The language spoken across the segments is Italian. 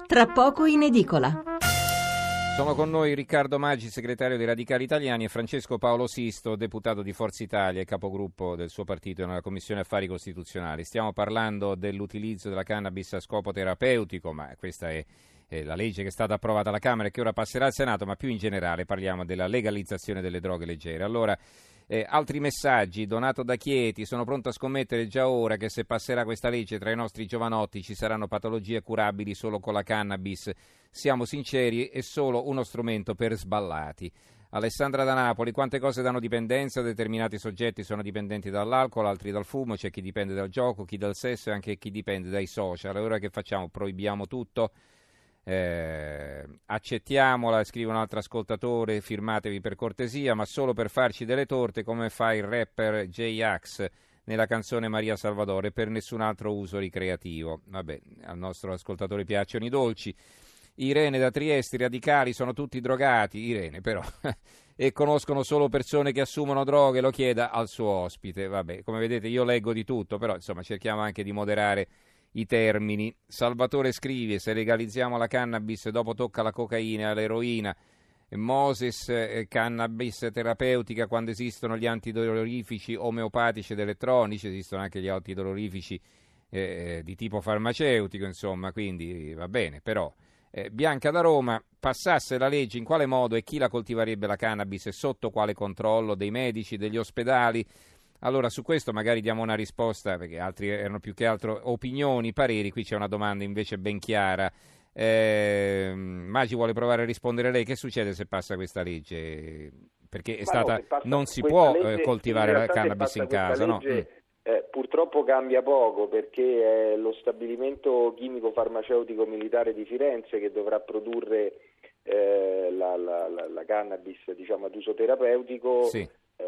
tra poco in edicola. Sono con noi Riccardo Maggi, segretario dei Radicali Italiani, e Francesco Paolo Sisto, deputato di Forza Italia e capogruppo del suo partito nella Commissione Affari Costituzionali. Stiamo parlando dell'utilizzo della cannabis a scopo terapeutico, ma questa è la legge che è stata approvata alla Camera e che ora passerà al Senato, ma più in generale parliamo della legalizzazione delle droghe leggere. Allora, altri messaggi. Donato da Chieti: sono pronto a scommettere già ora che se passerà questa legge tra i nostri giovanotti ci saranno patologie curabili solo con la cannabis. Siamo sinceri, è solo uno strumento per sballati. Alessandra da Napoli: quante cose danno dipendenza, determinati soggetti sono dipendenti dall'alcol, altri dal fumo, c'è chi dipende dal gioco, chi dal sesso e anche chi dipende dai social. Allora che facciamo? Proibiamo tutto? Accettiamola, scrive un altro ascoltatore, firmatevi per cortesia, ma solo per farci delle torte come fa il rapper J-Ax nella canzone Maria Salvadore, per nessun altro uso ricreativo. Vabbè, al nostro ascoltatore piacciono i dolci. Irene da Trieste: i radicali sono tutti drogati. Irene però e conoscono solo persone che assumono droghe, lo chieda al suo ospite. Vabbè, come vedete io leggo di tutto, però insomma cerchiamo anche di moderare i termini. Salvatore scrive: se legalizziamo la cannabis dopo tocca la cocaina e l'eroina. Moses: cannabis terapeutica quando esistono gli antidolorifici omeopatici ed elettronici, esistono anche gli antidolorifici di tipo farmaceutico, insomma, quindi va bene, però Bianca da Roma: passasse la legge, in quale modo e chi la coltiverebbe la cannabis e sotto quale controllo? Dei medici, degli ospedali? Allora su questo magari diamo una risposta, perché altri erano più che altro opinioni, pareri. Qui c'è una domanda invece ben chiara. Maggi vuole provare a rispondere lei: che succede se passa questa legge? Perché è stata, non si può coltivare la cannabis in casa, no? Purtroppo cambia poco, perché è lo stabilimento chimico farmaceutico militare di Firenze che dovrà produrre la cannabis, diciamo, ad uso terapeutico. Sì.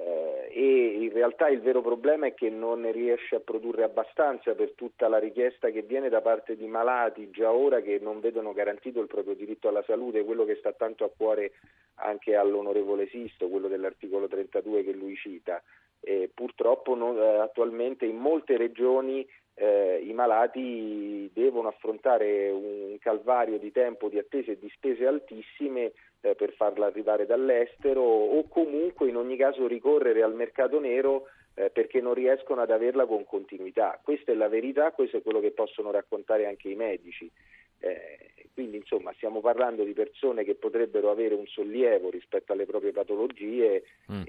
E in realtà il vero problema è che non ne riesce a produrre abbastanza per tutta la richiesta che viene da parte di malati già ora che non vedono garantito il proprio diritto alla salute, quello che sta tanto a cuore anche all'onorevole Sisto, quello dell'articolo 32 che lui cita. Purtroppo attualmente in molte regioni i malati devono affrontare un calvario di tempo, di attese e di spese altissime per farla arrivare dall'estero, o comunque in ogni caso ricorrere al mercato nero perché non riescono ad averla con continuità. Questa è la verità, questo è quello che possono raccontare anche i medici. Quindi insomma stiamo parlando di persone che potrebbero avere un sollievo rispetto alle proprie patologie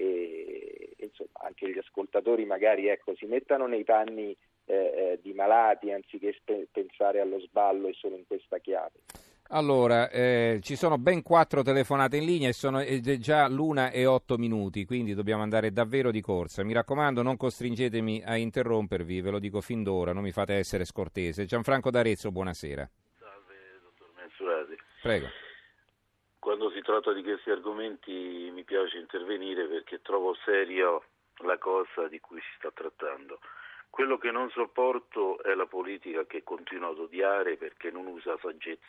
e insomma anche gli ascoltatori magari si mettano nei panni di malati anziché pensare allo sballo e solo in questa chiave. Allora, ci sono ben 4 telefonate in linea ed è già l'1:08, quindi dobbiamo andare davvero di corsa. Mi raccomando, non costringetemi a interrompervi, ve lo dico fin d'ora, non mi fate essere scortese. Gianfranco d'Arezzo, buonasera. Salve, dottor Mensurati. Prego. Quando si tratta di questi argomenti mi piace intervenire perché trovo serio la cosa di cui si sta trattando. Quello che non sopporto è la politica che continua ad odiare perché non usa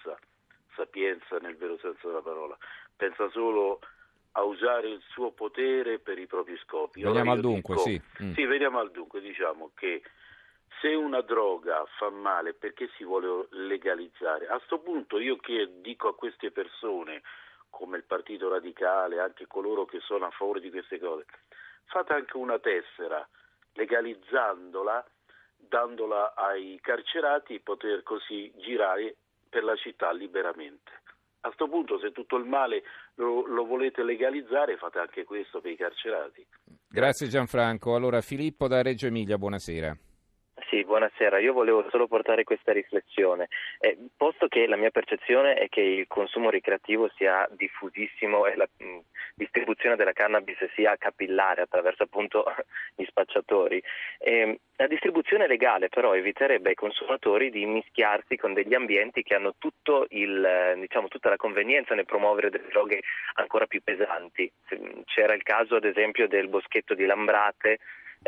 sapienza nel vero senso della parola. Pensa solo a usare il suo potere per i propri scopi. Veniamo al dunque, sì. Sì, veniamo al dunque. Diciamo che se una droga fa male, perché si vuole legalizzare? A sto punto io dico a queste persone, come il Partito Radicale, anche coloro che sono a favore di queste cose, fate anche una tessera, legalizzandola, dandola ai carcerati e poter così girare per la città liberamente. A sto punto, se tutto il male lo volete legalizzare, fate anche questo per i carcerati. Grazie Gianfranco. Allora Filippo da Reggio Emilia, buonasera. Sì, buonasera. Io volevo solo portare questa riflessione. Posto che la mia percezione è che il consumo ricreativo sia diffusissimo e la distribuzione della cannabis sia capillare attraverso appunto gli spacciatori, la distribuzione legale però eviterebbe ai consumatori di mischiarsi con degli ambienti che hanno tutta la convenienza nel promuovere delle droghe ancora più pesanti. C'era il caso ad esempio del boschetto di Lambrate,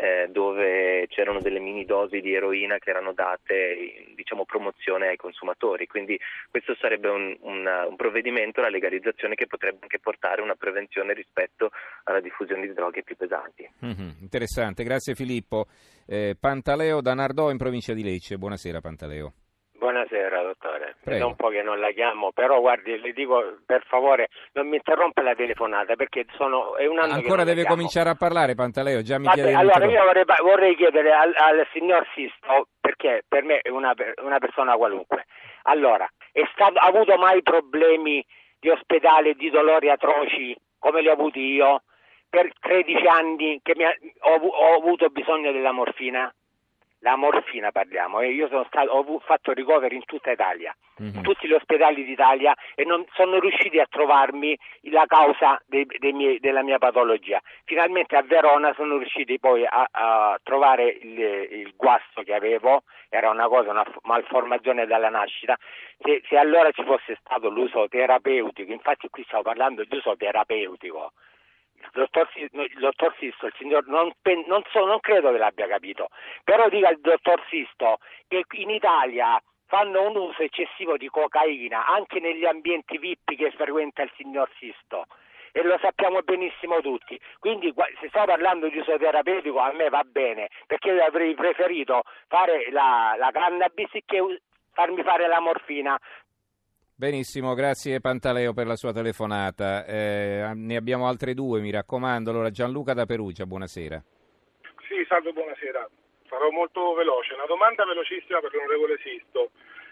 dove c'erano delle mini dosi di eroina che erano date promozione ai consumatori, quindi questo sarebbe un provvedimento, la legalizzazione, che potrebbe anche portare una prevenzione rispetto alla diffusione di droghe più pesanti. Interessante, grazie Filippo. Pantaleo da Nardò in provincia di Lecce, buonasera Pantaleo. Buonasera dottore, Prego. da un po' che non la chiamo, però guardi, le dico per favore non mi interrompa la telefonata perché è un anno Ancora che non deve la chiamo. cominciare a parlare Pantaleo, già mi Vabbè, chiede di allora io interrompere. vorrei chiedere al signor Sisto, perché per me è una persona qualunque, allora, ha avuto mai problemi di ospedale, di dolori atroci come li ho avuti io per 13 anni che ho avuto bisogno della morfina? La morfina parliamo, e io ho fatto ricoveri in tutta Italia, in tutti gli ospedali d'Italia, e non sono riusciti a trovarmi la causa della mia patologia. Finalmente a Verona sono riusciti poi a trovare il guasto che avevo, era una malformazione dalla nascita. Se allora ci fosse stato l'uso terapeutico, infatti qui stiamo parlando di uso terapeutico, il dottor Sisto, il signor, non credo che l'abbia capito, però dica al dottor Sisto che in Italia fanno un uso eccessivo di cocaina anche negli ambienti VIP che frequenta il signor Sisto, e lo sappiamo benissimo tutti. Quindi se stiamo parlando di uso terapeutico a me va bene, perché io avrei preferito fare la cannabis che farmi fare la morfina. Benissimo, grazie Pantaleo per la sua telefonata. Ne abbiamo altre due, mi raccomando. Allora Gianluca da Perugia, buonasera. Sì, salve, buonasera. Sarò molto veloce. Una domanda velocissima per l'onorevole Sisto.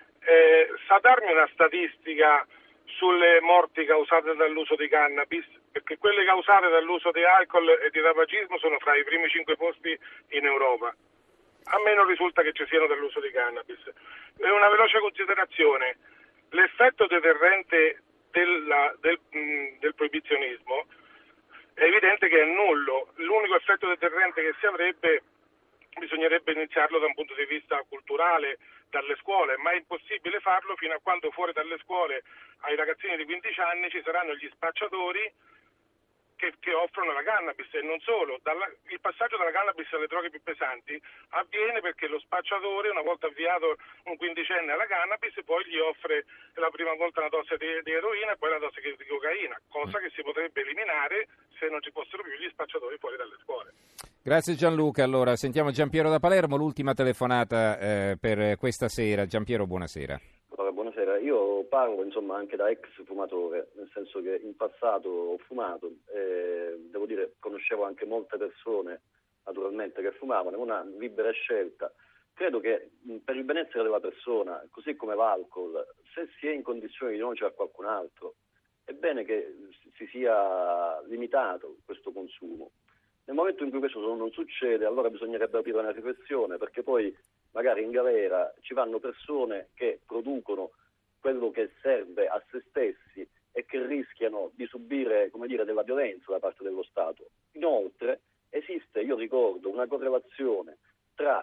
Sa darmi una statistica sulle morti causate dall'uso di cannabis? Perché quelle causate dall'uso di alcol e di tabagismo sono fra i primi 5 posti in Europa. A me non risulta che ci siano dall'uso di cannabis. E una veloce considerazione. L'effetto deterrente del proibizionismo è evidente che è nullo. L'unico effetto deterrente che si avrebbe bisognerebbe iniziarlo da un punto di vista culturale, dalle scuole, ma è impossibile farlo fino a quando fuori dalle scuole ai ragazzini di 15 anni ci saranno gli spacciatori che offrono la cannabis, e non solo. Il passaggio dalla cannabis alle droghe più pesanti avviene perché lo spacciatore, una volta avviato un quindicenne alla cannabis, poi gli offre la prima volta una dose di eroina e poi una dose di cocaina, cosa che si potrebbe eliminare se non ci fossero più gli spacciatori fuori dalle scuole. Grazie Gianluca. Allora sentiamo Giampiero da Palermo, l'ultima telefonata per questa sera. Giampiero, buonasera. Allora, buonasera, io parlo anche da ex fumatore, nel senso che in passato ho fumato e devo dire conoscevo anche molte persone naturalmente che fumavano, è una libera scelta. Credo che per il benessere della persona, così come l'alcol, se si è in condizioni di nuocere a qualcun altro, è bene che si sia limitato questo consumo. Nel momento in cui questo non succede, allora bisognerebbe aprire una riflessione, perché poi magari in galera ci vanno persone che producono quello che serve a se stessi e che rischiano di subire, della violenza da parte dello Stato. Inoltre esiste, io ricordo, una correlazione tra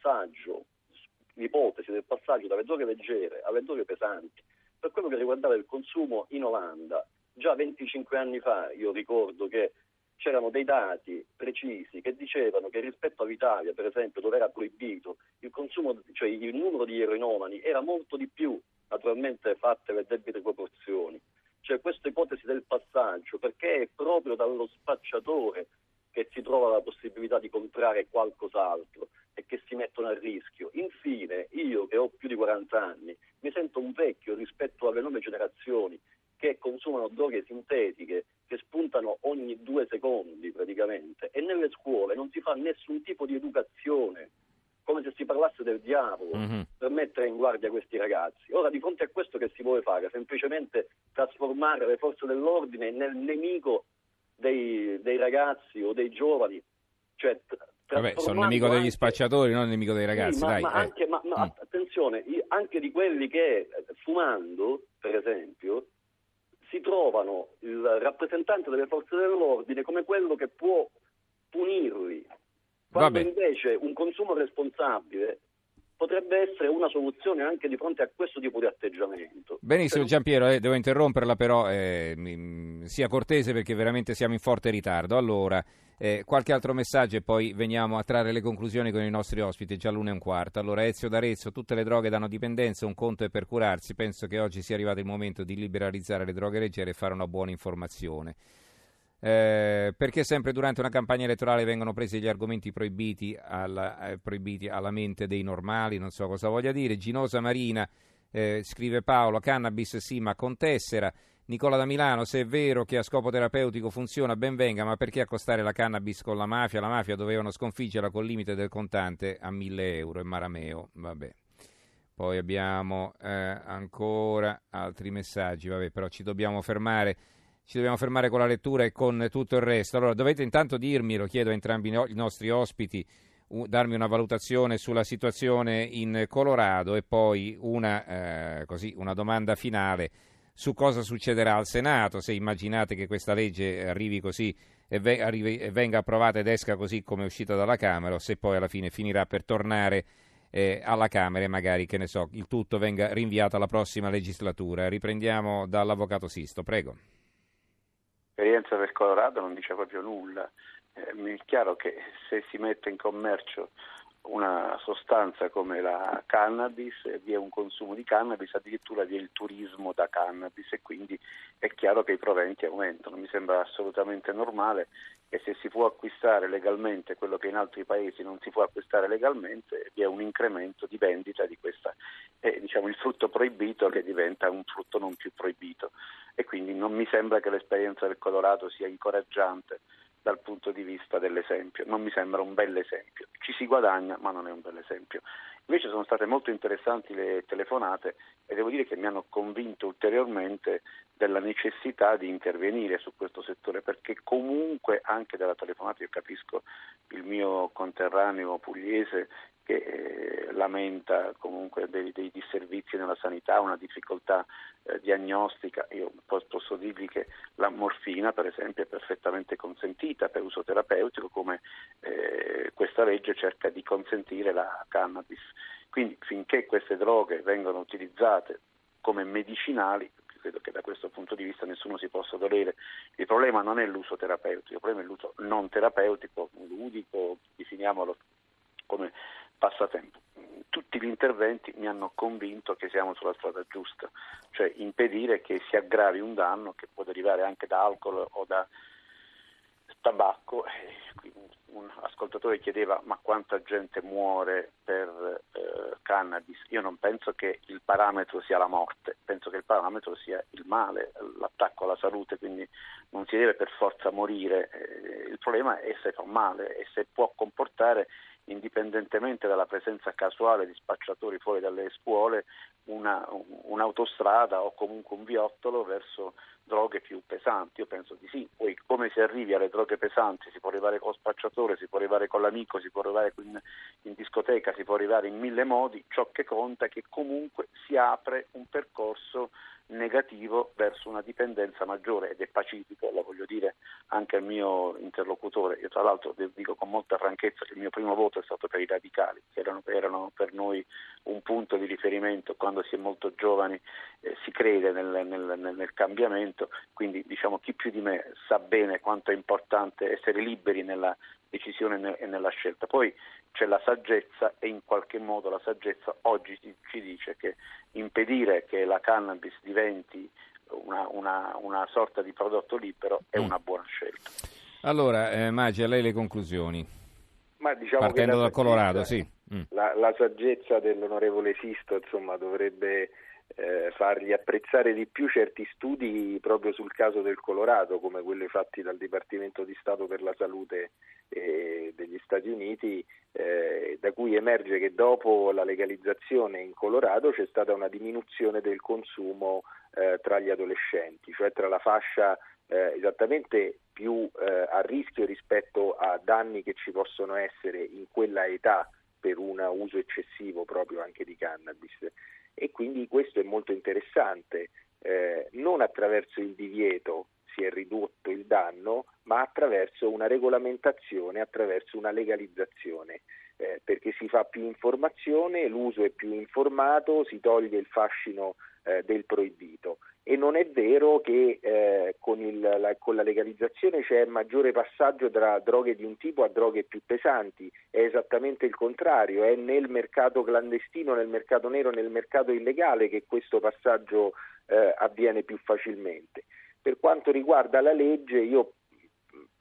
l'ipotesi del passaggio dalle droghe leggere alle droghe pesanti. Per quello che riguardava il consumo in Olanda, già 25 anni fa io ricordo che c'erano dei dati precisi che dicevano che rispetto all'Italia, per esempio, dove era proibito il consumo, cioè il numero di eroinomani era molto di più, naturalmente fatte le debite proporzioni. Cioè questa ipotesi del passaggio, perché è proprio dallo spacciatore che si trova la possibilità di comprare qualcos'altro e che si mettono a rischio. Infine, io che ho più di 40 anni, mi sento un vecchio rispetto alle nuove generazioni che consumano droghe sintetiche che spuntano ogni 2 secondi praticamente, e nelle scuole non si fa nessun tipo di educazione, come se si parlasse del diavolo, per mettere in guardia questi ragazzi. Ora, di fronte a questo, che si vuole fare? Semplicemente trasformare le forze dell'ordine nel nemico dei ragazzi o dei giovani? Cioè, vabbè, sono nemico degli spacciatori, non nemico dei ragazzi. Sì, dai. Attenzione, anche di quelli che fumando, per esempio, si trovano il rappresentante delle forze dell'ordine come quello che può punirli, quando invece un consumo responsabile potrebbe essere una soluzione anche di fronte a questo tipo di atteggiamento. Benissimo Giampiero, devo interromperla, però sia cortese perché veramente siamo in forte ritardo. Allora, qualche altro messaggio e poi veniamo a trarre le conclusioni con i nostri ospiti, già l'1:15. Allora, Ezio d'Arezzo: tutte le droghe danno dipendenza, un conto è per curarsi, penso che oggi sia arrivato il momento di liberalizzare le droghe leggere e fare una buona informazione. Perché sempre durante una campagna elettorale vengono presi gli argomenti proibiti alla mente dei normali, non so cosa voglia dire. Ginosa Marina, scrive Paolo, cannabis sì ma con tessera. Nicola da Milano, se è vero che a scopo terapeutico funziona ben venga, ma perché accostare la cannabis con la mafia? La mafia dovevano sconfiggerla col limite del contante a 1.000 euro e Marameo, vabbè. Poi abbiamo ancora altri messaggi, vabbè, però ci dobbiamo fermare con la lettura e con tutto il resto. Allora dovete intanto dirmi, lo chiedo a entrambi i nostri ospiti, darmi una valutazione sulla situazione in Colorado e poi una domanda finale su cosa succederà al Senato, se immaginate che questa legge arrivi così e venga approvata ed esca così come è uscita dalla Camera, o se poi alla fine finirà per tornare alla Camera e magari, che ne so, il tutto venga rinviato alla prossima legislatura. Riprendiamo dall'avvocato Sisto, prego. L'esperienza del Colorado non dice proprio nulla. È chiaro che se si mette in commercio una sostanza come la cannabis, vi è un consumo di cannabis, addirittura vi è il turismo da cannabis e quindi è chiaro che i proventi aumentano. Mi sembra assolutamente normale che se si può acquistare legalmente quello che in altri paesi non si può acquistare legalmente, vi è un incremento di vendita di questa, il frutto proibito che diventa un frutto non più proibito, e quindi non mi sembra che l'esperienza del Colorado sia incoraggiante dal punto di vista dell'esempio. Non mi sembra un bel esempio. Ci si guadagna, ma non è un bel esempio. Invece sono state molto interessanti le telefonate e devo dire che mi hanno convinto ulteriormente della necessità di intervenire su questo settore, perché comunque anche dalla telefonata io capisco il mio conterraneo pugliese che lamenta comunque dei disservizi nella sanità, una difficoltà diagnostica. Io posso dirvi che la morfina, per esempio, è perfettamente consentita per uso terapeutico, come questa legge cerca di consentire la cannabis. Quindi finché queste droghe vengono utilizzate come medicinali, credo che da questo punto di vista nessuno si possa dolere. Il problema non è l'uso terapeutico, il problema è l'uso non terapeutico, ludico, definiamolo come passatempo. Tutti gli interventi mi hanno convinto che siamo sulla strada giusta, cioè impedire che si aggravi un danno che può derivare anche da alcol o da tabacco. Un ascoltatore chiedeva ma quanta gente muore per cannabis. Io non penso che il parametro sia la morte, penso che il parametro sia il male, l'attacco alla salute, quindi non si deve per forza morire. Il problema è se fa male e se può comportare, indipendentemente dalla presenza casuale di spacciatori fuori dalle scuole, un'autostrada o comunque un viottolo verso droghe più pesanti. Io penso di sì. Poi come si arrivi alle droghe pesanti? Si può arrivare con lo spacciatore, si può arrivare con l'amico, si può arrivare in discoteca, si può arrivare in 1000 modi. Ciò che conta è che comunque si apre un percorso negativo verso una dipendenza maggiore, ed è pacifico, lo voglio dire anche al mio interlocutore. Io tra l'altro dico con molta franchezza che il mio primo voto è stato per i radicali, che erano per noi un punto di riferimento. Quando si è molto giovani si crede nel cambiamento, quindi chi più di me sa bene quanto è importante essere liberi nella decisione e nella scelta. Poi c'è la saggezza, e in qualche modo la saggezza oggi ci dice che impedire che la cannabis diventi una sorta di prodotto libero è una buona scelta. Allora, Maggi, a lei le conclusioni. Ma partendo dal Colorado, sì. La saggezza dell'onorevole Sisto, dovrebbe fargli apprezzare di più certi studi proprio sul caso del Colorado, come quelli fatti dal Dipartimento di Stato per la Salute degli Stati Uniti, da cui emerge che dopo la legalizzazione in Colorado c'è stata una diminuzione del consumo tra gli adolescenti, cioè tra la fascia esattamente più a rischio rispetto a danni che ci possono essere in quella età per un uso eccessivo proprio anche di cannabis. E quindi questo è molto interessante. Non attraverso il divieto si è ridotto il danno, ma attraverso una regolamentazione, attraverso una legalizzazione, perché si fa più informazione, l'uso è più informato, si toglie il fascino del proibito. E non è vero che con la legalizzazione c'è maggiore passaggio da droghe di un tipo a droghe più pesanti. È esattamente il contrario, è nel mercato clandestino, nel mercato nero, nel mercato illegale che questo passaggio avviene più facilmente. Per quanto riguarda la legge, io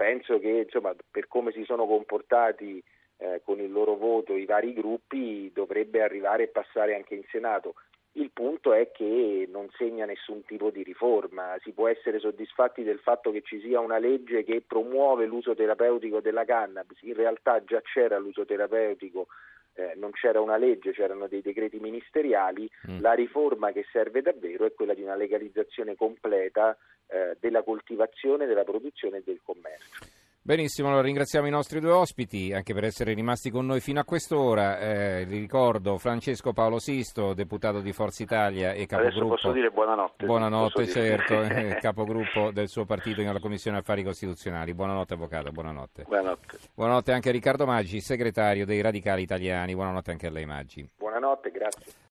penso che insomma, per come si sono comportati con il loro voto i vari gruppi dovrebbe arrivare e passare anche in Senato. Il punto è che non segna nessun tipo di riforma. Si può essere soddisfatti del fatto che ci sia una legge che promuove l'uso terapeutico della cannabis. In realtà già c'era l'uso terapeutico, non c'era una legge, c'erano dei decreti ministeriali. La riforma che serve davvero è quella di una legalizzazione completa della coltivazione, della produzione e del commercio. Benissimo, allora ringraziamo i nostri due ospiti anche per essere rimasti con noi fino a quest'ora. Vi ricordo Francesco Paolo Sisto, deputato di Forza Italia e capogruppo. Adesso posso dire buonanotte. Buonanotte, certo, capogruppo del suo partito nella Commissione Affari Costituzionali. Buonanotte avvocato, buonanotte. Buonanotte. Buonanotte anche a Riccardo Maggi, segretario dei Radicali Italiani. Buonanotte anche a lei Maggi. Buonanotte, grazie.